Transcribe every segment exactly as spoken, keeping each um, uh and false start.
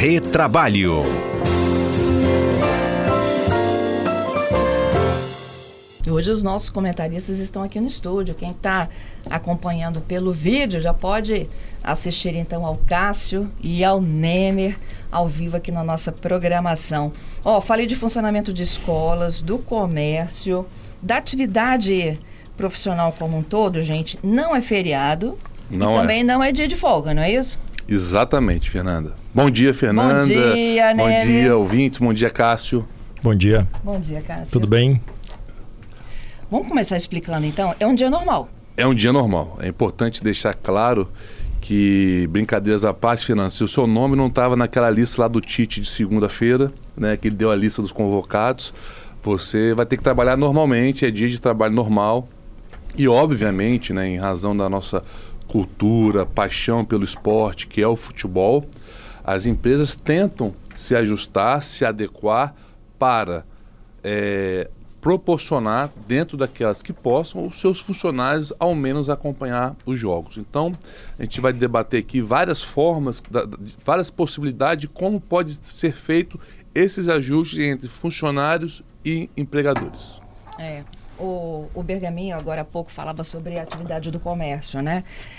Retrabalho. Hoje os nossos comentaristas estão aqui no estúdio. Quem está acompanhando pelo vídeo já pode assistir então ao Cássio e ao Nemer ao vivo aqui na nossa programação. Ó, falei de funcionamento de escolas, do comércio, da atividade profissional como um todo, gente. Não é feriado não e é. também não é dia de folga, não é isso? Exatamente, Fernanda. Bom dia, Fernanda. Bom dia, Bom Nemer. dia, ouvintes. Bom dia, Cássio. Bom dia. Bom dia, Cássio. Tudo bem? Vamos começar explicando então. É um dia normal. É um dia normal. É importante deixar claro que, brincadeiras à parte, Fernanda, se o seu nome não estava naquela lista lá do Tite de segunda-feira, né, que ele deu a lista dos convocados, você vai ter que trabalhar normalmente, é dia de trabalho normal. E, obviamente, né, em razão da nossa cultura, paixão pelo esporte, que é o futebol, as empresas tentam se ajustar, se adequar para é, proporcionar, dentro daquelas que possam, os seus funcionários ao menos acompanhar os jogos. Então, a gente vai debater aqui várias formas, várias possibilidades de como pode ser feito esses ajustes entre funcionários e empregadores. É. O, o Bergaminho, agora há pouco, falava sobre a atividade do comércio, né?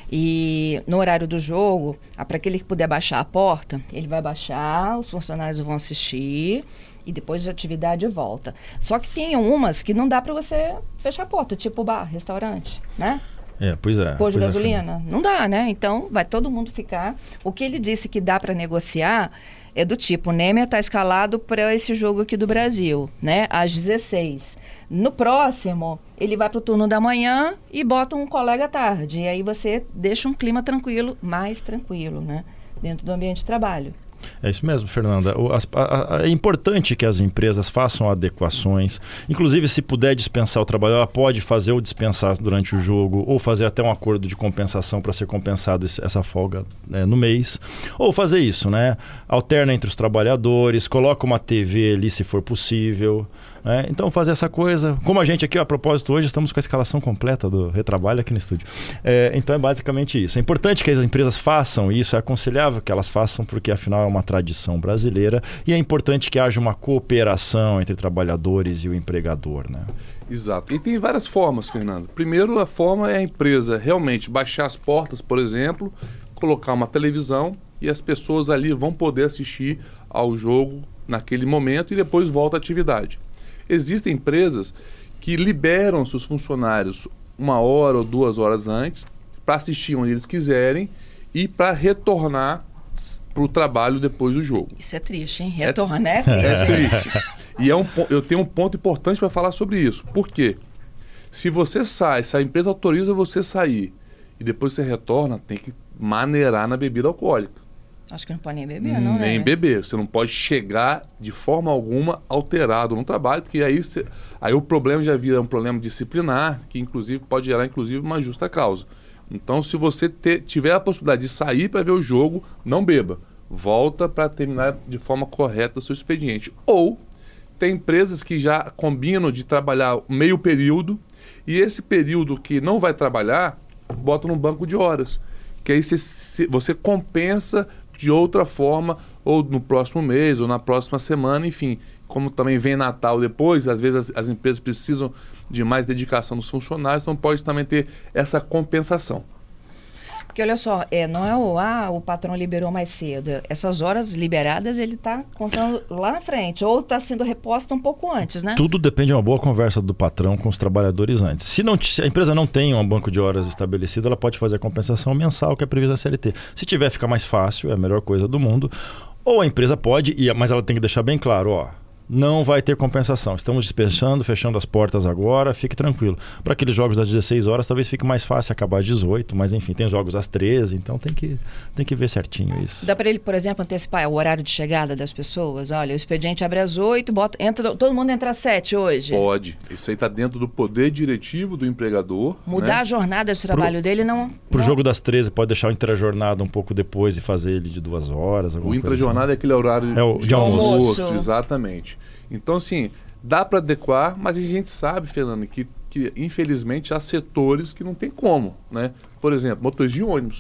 E no horário do jogo, para aquele que puder baixar a porta, ele vai baixar, os funcionários vão assistir e depois a atividade volta. Só que tem umas que não dá para você fechar a porta, tipo bar, restaurante, né? É, pois é. Posto de pois gasolina. É, não dá, né? Então, vai todo mundo ficar. O que ele disse que dá para negociar é do tipo, o Nemer está escalado para esse jogo aqui do Brasil, né? Às dezesseis. No próximo, ele vai para o turno da manhã e bota um colega à tarde. E aí você deixa um clima tranquilo, mais tranquilo, né? Dentro do ambiente de trabalho. É isso mesmo, Fernanda. O, as, a, a, é importante que as empresas façam adequações. Inclusive, se puder dispensar o trabalhador, ela pode fazer ou dispensar durante o jogo, ou fazer até um acordo de compensação para ser compensado esse, essa folga, né, no mês. Ou fazer isso, né? Alterna entre os trabalhadores, coloca uma T V ali se for possível. Né? Então, fazer essa coisa. Como a gente aqui, ó, a propósito, hoje estamos com a escalação completa do Retrabalho aqui no estúdio. É, então, é basicamente isso. É importante que as empresas façam isso, é aconselhável que elas façam, porque afinal é uma tradição brasileira e é importante que haja uma cooperação entre trabalhadores e o empregador, né? Exato. E tem várias formas, Fernando. Primeiro, a forma é a empresa realmente baixar as portas, por exemplo, colocar uma televisão e as pessoas ali vão poder assistir ao jogo naquele momento e depois volta à atividade. Existem empresas que liberam seus funcionários uma hora ou duas horas antes para assistir onde eles quiserem e para retornar para o trabalho depois do jogo. Isso é triste, hein? Retornar é, é É triste. E é um, eu tenho um ponto importante para falar sobre isso. Por quê? Se você sai, se a empresa autoriza você sair e depois você retorna, tem que maneirar na bebida alcoólica. Acho que não pode nem beber, não, Nem né? beber. Você não pode chegar de forma alguma alterado no trabalho, porque aí, você, aí o problema já vira um problema disciplinar, que inclusive pode gerar inclusive uma justa causa. Então, se você te, tiver a possibilidade de sair para ver o jogo, não beba. Volta para terminar de forma correta o seu expediente. Ou tem empresas que já combinam de trabalhar meio período e esse período que não vai trabalhar, bota num banco de horas. Que aí você, você compensa de outra forma, ou no próximo mês, ou na próxima semana, enfim. Como também vem Natal depois, às vezes as, as empresas precisam de mais dedicação dos funcionários, então pode também ter essa compensação. Porque olha só, é, não é o, ah, o patrão liberou mais cedo. Essas horas liberadas ele está contando lá na frente, ou está sendo reposta um pouco antes, né? Tudo depende de uma boa conversa do patrão com os trabalhadores antes. Se, não, se a empresa não tem um banco de horas estabelecido, ela pode fazer a compensação mensal que é prevista na C L T. Se tiver, fica mais fácil, é a melhor coisa do mundo. Ou a empresa pode, mas ela tem que deixar bem claro, ó, não vai ter compensação. Estamos dispensando, fechando as portas agora, fique tranquilo. Para aqueles jogos das dezesseis horas, talvez fique mais fácil acabar às dezoito, mas enfim, tem jogos às treze, então tem que, tem que ver certinho isso. Dá para ele, por exemplo, antecipar o horário de chegada das pessoas? Olha, o expediente abre às oito, bota, entra, todo mundo entra às sete hoje? Pode. Isso aí está dentro do poder diretivo do empregador. Mudar, né? a jornada de trabalho pro, dele não... Para o não... jogo das treze, pode deixar o intrajornada um pouco depois e fazer ele de duas horas. O intrajornada assim. É aquele horário é o, de, de almoço. almoço. Exatamente. Então, assim, dá para adequar, mas a gente sabe, Fernando, que, que infelizmente há setores que não tem como, né? Por exemplo, motores de ônibus.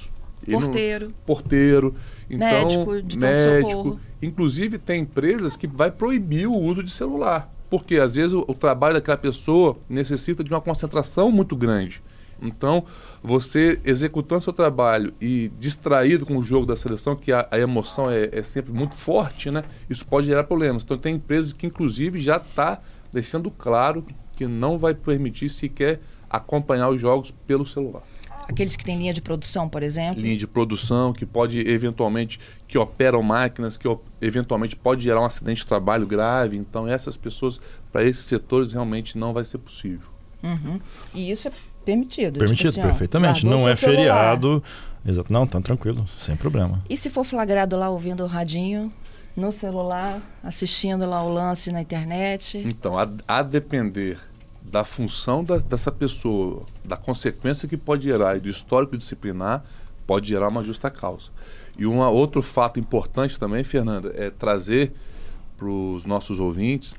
Porteiro. Não, porteiro. Então, médico, de médico. Inclusive, tem empresas que vai proibir o uso de celular. Porque, às vezes, o, o trabalho daquela pessoa necessita de uma concentração muito grande. Então, você executando seu trabalho e distraído com o jogo da seleção, que a, a emoção é, é sempre muito forte, né? Isso pode gerar problemas. Então, tem empresas que, inclusive, já está deixando claro que não vai permitir sequer acompanhar os jogos pelo celular. Aqueles que têm linha de produção, por exemplo? Linha de produção, que pode eventualmente, que operam máquinas, que eventualmente pode gerar um acidente de trabalho grave. Então, essas pessoas, para esses setores, realmente não vai ser possível. Uhum. E isso é permitido? Permitido, tipo assim, perfeitamente. Ó, não é celular. feriado. Exato. Não, tá tranquilo, sem problema. E se for flagrado lá ouvindo o radinho, no celular, assistindo lá o lance na internet? Então, a, a depender da função da, dessa pessoa, da consequência que pode gerar e do histórico disciplinar, pode gerar uma justa causa. E um outro fato importante também, Fernanda, é trazer para os nossos ouvintes,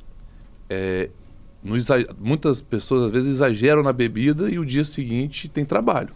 é, no muitas pessoas às vezes exageram na bebida e o dia seguinte tem trabalho.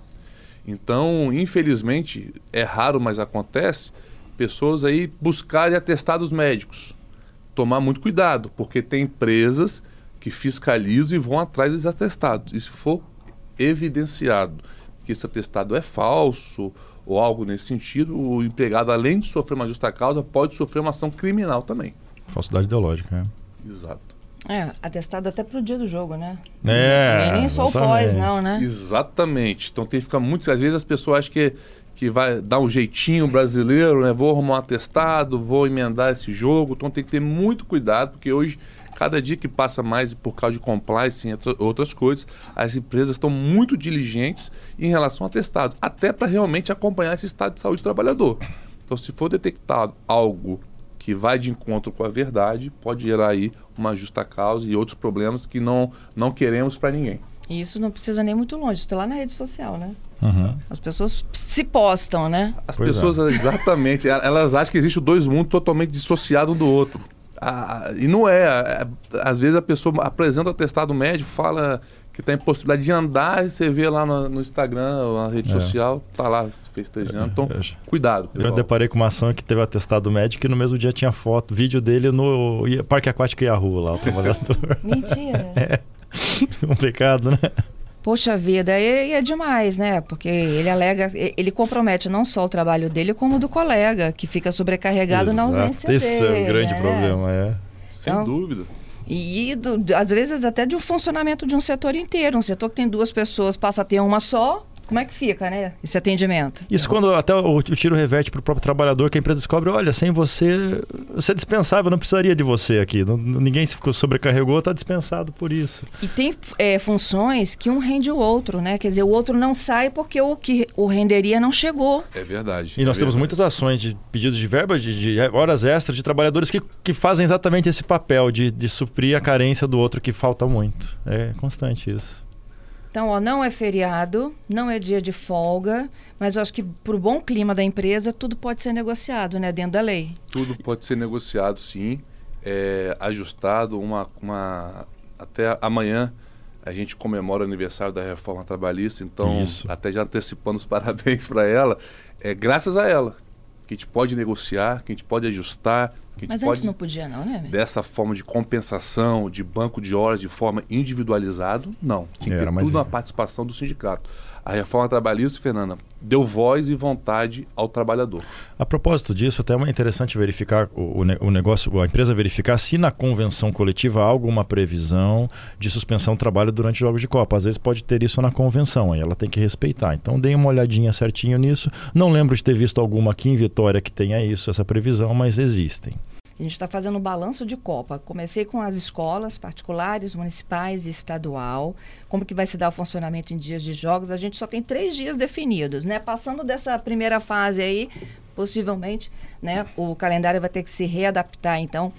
Então, infelizmente, é raro, mas acontece, pessoas aí buscarem atestados médicos. Tomar muito cuidado, porque tem empresas que fiscalizam e vão atrás desses atestados. E se for evidenciado que esse atestado é falso ou algo nesse sentido, o empregado, além de sofrer uma justa causa, pode sofrer uma ação criminal também. Falsidade ideológica, é. Exato. É, atestado até pro dia do jogo, né? É, nem, nem só o pós, não, né? Exatamente. Então tem que ficar muito... Às vezes as pessoas acham que, que vai dar um jeitinho brasileiro, né? Vou arrumar um atestado, vou emendar esse jogo. Então tem que ter muito cuidado, porque hoje, cada dia que passa mais por causa de compliance e outras coisas, as empresas estão muito diligentes em relação ao atestado, até para realmente acompanhar esse estado de saúde do trabalhador. Então, se for detectado algo que vai de encontro com a verdade, pode gerar aí uma justa causa e outros problemas que não, não queremos para ninguém. E isso não precisa nem muito longe, está lá na rede social, né? Uhum. As pessoas se postam, né? As Pois pessoas, é. exatamente, elas acham que existe dois mundos totalmente dissociados um do outro. Ah, e não é. Às vezes a pessoa apresenta o atestado médico, fala que está em possibilidade de andar, e você vê lá no, no Instagram, na rede É. social, tá lá se festejando. Então, Eu já- cuidado, Eu pessoal. deparei com uma ação que teve atestado médico e no mesmo dia tinha foto, vídeo dele no Ia- Parque Aquático Yahoo, lá, o trabalhador. Mentira. É. Complicado, né? Poxa vida, e, e é demais, né? Porque ele alega, e- ele compromete não só o trabalho dele, como o do colega, que fica sobrecarregado na Exato. ausência Esse dele. é o grande né? problema, é. Sem Então, dúvida. E, do, de- às vezes, até de um funcionamento de um setor inteiro. Um setor que tem duas pessoas, passa a ter uma só. Como é que fica, né? Esse atendimento. Isso quando até o, o tiro reverte para o próprio trabalhador, que a empresa descobre, olha, sem você, você é dispensável, não precisaria de você aqui. Não- ninguém se ficou sobrecarregou, está dispensado por isso. E tem é, funções que um rende o outro, né? Quer dizer, o outro não sai porque o que o renderia não chegou. É verdade. E nós é temos verdade. muitas ações de pedidos de verba, de, de horas extras de trabalhadores que, que fazem exatamente esse papel de, de suprir a carência do outro que falta muito. É constante isso. Então, ó, não é feriado, não é dia de folga, mas eu acho que pro bom clima da empresa, tudo pode ser negociado, né? Dentro da lei. Tudo pode ser negociado, sim, é, ajustado. Uma, uma, até amanhã a gente comemora o aniversário da reforma trabalhista, então, Isso. até já antecipando os parabéns para ela, é graças a ela que a gente pode negociar, que a gente pode ajustar, que a gente Mas pode, antes não podia não, né? dessa forma de compensação, de banco de horas, de forma individualizado, não. Tinha que Era, ter mas tudo é. na participação do sindicato. A reforma trabalhista, Fernanda, deu voz e vontade ao trabalhador. A propósito disso, até é interessante verificar o, o ne- o negócio, a empresa verificar se na convenção coletiva há alguma previsão de suspensão do trabalho durante jogos de Copa. Às vezes pode ter isso na convenção, aí ela tem que respeitar. Então deem uma olhadinha certinho nisso. Não lembro de ter visto alguma aqui em Vitória que tenha isso, essa previsão, mas existem. A gente está fazendo um balanço de Copa. Comecei com as escolas particulares, municipais e estadual. Como que vai se dar o funcionamento em dias de jogos? A gente só tem três dias definidos, né? Passando dessa primeira fase aí, possivelmente, né, o calendário vai ter que se readaptar, então,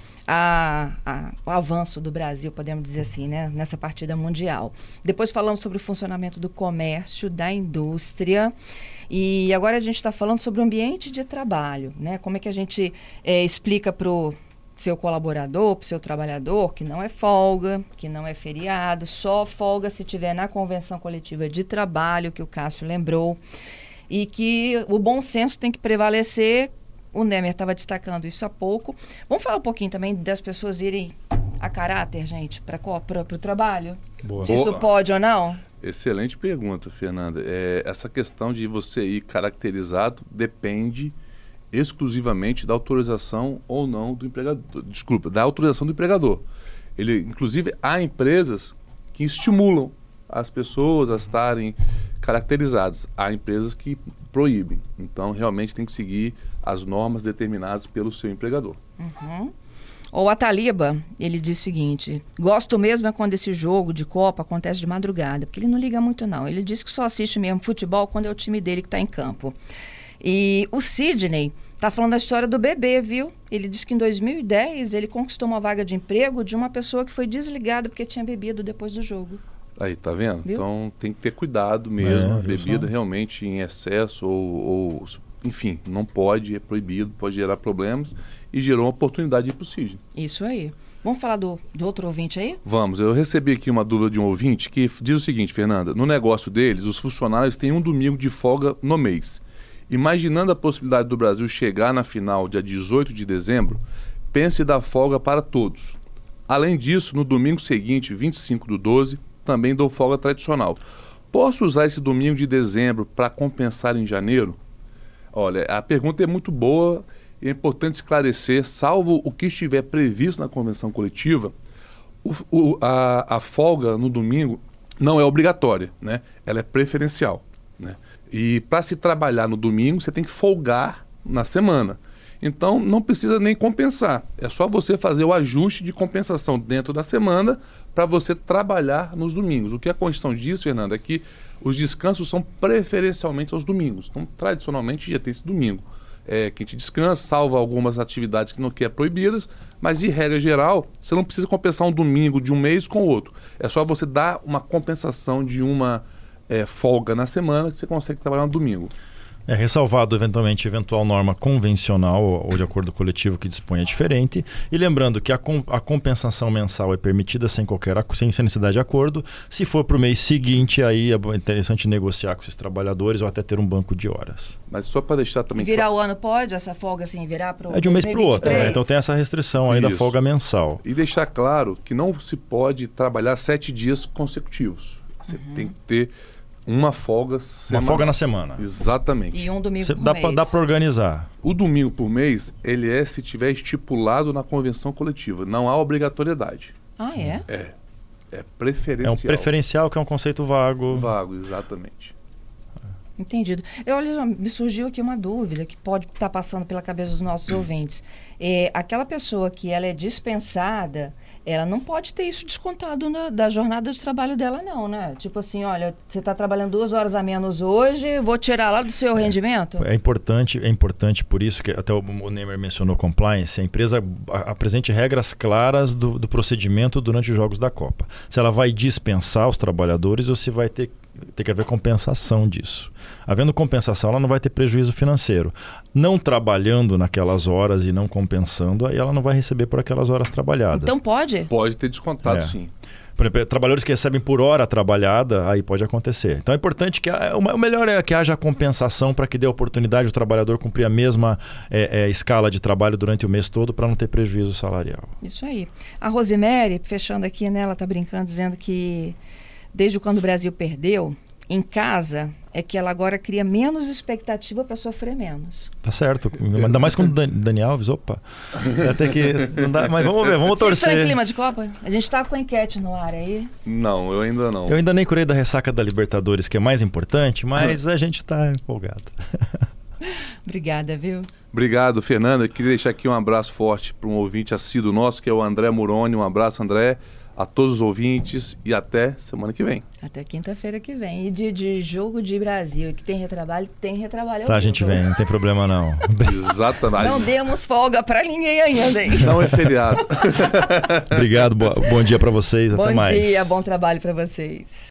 a, a, ao avanço do Brasil, podemos dizer assim, né, nessa partida mundial. Depois falamos sobre o funcionamento do comércio, da indústria. E agora a gente está falando sobre o ambiente de trabalho, né? Como é que a gente é, explica para o seu colaborador, para o seu trabalhador, que não é folga, que não é feriado, só folga se tiver na convenção coletiva de trabalho, que o Cássio lembrou. e que o bom senso tem que prevalecer. O Nemer estava destacando isso há pouco. Vamos falar um pouquinho também das pessoas irem a caráter, gente, para o trabalho? Boa. Se isso pode ou não? Excelente pergunta, Fernanda. É, essa questão de você ir caracterizado depende exclusivamente da autorização ou não do empregador. Desculpa, da autorização do empregador. Ele, inclusive, há empresas que estimulam as pessoas a estarem caracterizadas. Há empresas que proíbem. Então, realmente tem que seguir as normas determinadas pelo seu empregador. Uhum. O Ataliba, ele diz o seguinte: gosto mesmo é quando esse jogo de Copa acontece de madrugada, porque ele não liga muito não. Ele diz que só assiste mesmo futebol quando é o time dele que está em campo. E o Sidney está falando da história do bebê, viu? Ele diz que em dois mil e dez ele conquistou uma vaga de emprego de uma pessoa que foi desligada porque tinha bebido depois do jogo. Aí, tá vendo? Viu? Então tem que ter cuidado mesmo. É, a bebida só. realmente em excesso ou, ou, enfim, não pode, é proibido, pode gerar problemas e gerou uma oportunidade para o Sidney. Isso aí. Vamos falar do, do outro ouvinte aí? Vamos, eu recebi aqui uma dúvida de um ouvinte que diz o seguinte, Fernanda: no negócio deles, os funcionários têm um domingo de folga no mês. Imaginando a possibilidade do Brasil chegar na final dia dezoito de dezembro, pense dar folga para todos. Além disso, no domingo seguinte, vinte e cinco do doze, também dou folga tradicional. Posso usar esse domingo de dezembro para compensar em janeiro? Olha, a pergunta é muito boa e é importante esclarecer, salvo o que estiver previsto na convenção coletiva, o, o, a, a folga no domingo não é obrigatória, né? Ela é preferencial, né? E para se trabalhar no domingo, você tem que folgar na semana. Então, não precisa nem compensar. É só você fazer o ajuste de compensação dentro da semana para você trabalhar nos domingos. O que a Constituição diz, Fernanda, é que os descansos são preferencialmente aos domingos. Então, tradicionalmente, já tem esse domingo. É, que a gente descansa, salva algumas atividades que não quer proibidas, mas, de regra geral, você não precisa compensar um domingo de um mês com o outro. É só você dar uma compensação de uma é, folga na semana que você consegue trabalhar no domingo. É ressalvado eventualmente eventual norma convencional ou de acordo coletivo que disponha diferente. E lembrando que a, com, a compensação mensal é permitida sem qualquer sem necessidade de acordo. Se for para o mês seguinte, aí é interessante negociar com esses trabalhadores ou até ter um banco de horas. Mas só para deixar também virar claro, o ano pode? Essa folga assim, virar para o é de um mês para o outro, né? Então tem essa restrição aí da folga mensal. E deixar claro que não se pode trabalhar sete dias consecutivos. Você uhum. tem que ter uma folga semanal. Uma folga na semana. Exatamente. E um domingo Cê, por dá mês. Pra, dá para organizar. O domingo por mês, ele é se tiver estipulado na convenção coletiva. Não há obrigatoriedade. Ah, é? É. É preferencial. É um preferencial que é um conceito vago. Vago, exatamente. Entendido. Eu, olha, me surgiu aqui uma dúvida que pode estar passando pela cabeça dos nossos ouvintes. É, aquela pessoa que ela é dispensada, ela não pode ter isso descontado na, da jornada de trabalho dela, não, né? Tipo assim, olha, você está trabalhando duas horas a menos hoje, vou tirar lá do seu é, rendimento? É importante, é importante por isso que até o, o Nemer mencionou compliance, a empresa apresente regras claras do, do procedimento durante os jogos da Copa. Se ela vai dispensar os trabalhadores ou se vai ter tem que haver compensação disso. Havendo compensação, ela não vai ter prejuízo financeiro. Não trabalhando naquelas horas e não compensando, aí ela não vai receber por aquelas horas trabalhadas. Então pode? Pode ter descontado, é. sim. Por exemplo, trabalhadores que recebem por hora trabalhada, aí pode acontecer. Então é importante que... A, o melhor é que haja compensação para que dê oportunidade ao trabalhador cumprir a mesma é, é, escala de trabalho durante o mês todo para não ter prejuízo salarial. Isso aí. A Rosemary, fechando aqui, né, ela está brincando, dizendo que desde quando o Brasil perdeu, em casa, é que ela agora cria menos expectativa para sofrer menos. Tá certo. Ainda mais quando o Dani Alves, opa. Até que não dá, mas vamos ver, vamos torcer. Vocês estão em clima de Copa? A gente está com a enquete no ar aí. Não, eu ainda não. Eu ainda nem curei da ressaca da Libertadores, que é mais importante, mas a gente está empolgado. Obrigada, viu? Obrigado, Fernanda. Queria deixar aqui um abraço forte para um ouvinte assíduo nosso, que é o André Muroni. Um abraço, André. A todos os ouvintes e até semana que vem. Até quinta-feira que vem. E de, de jogo de Brasil, que tem retrabalho, tem retrabalho. Tá, a gente vem, não tem problema não. Exatamente. Não demos folga pra ninguém ainda, hein? Não é feriado. Obrigado, bo- bom dia pra vocês, bom até mais. Bom dia, bom trabalho pra vocês.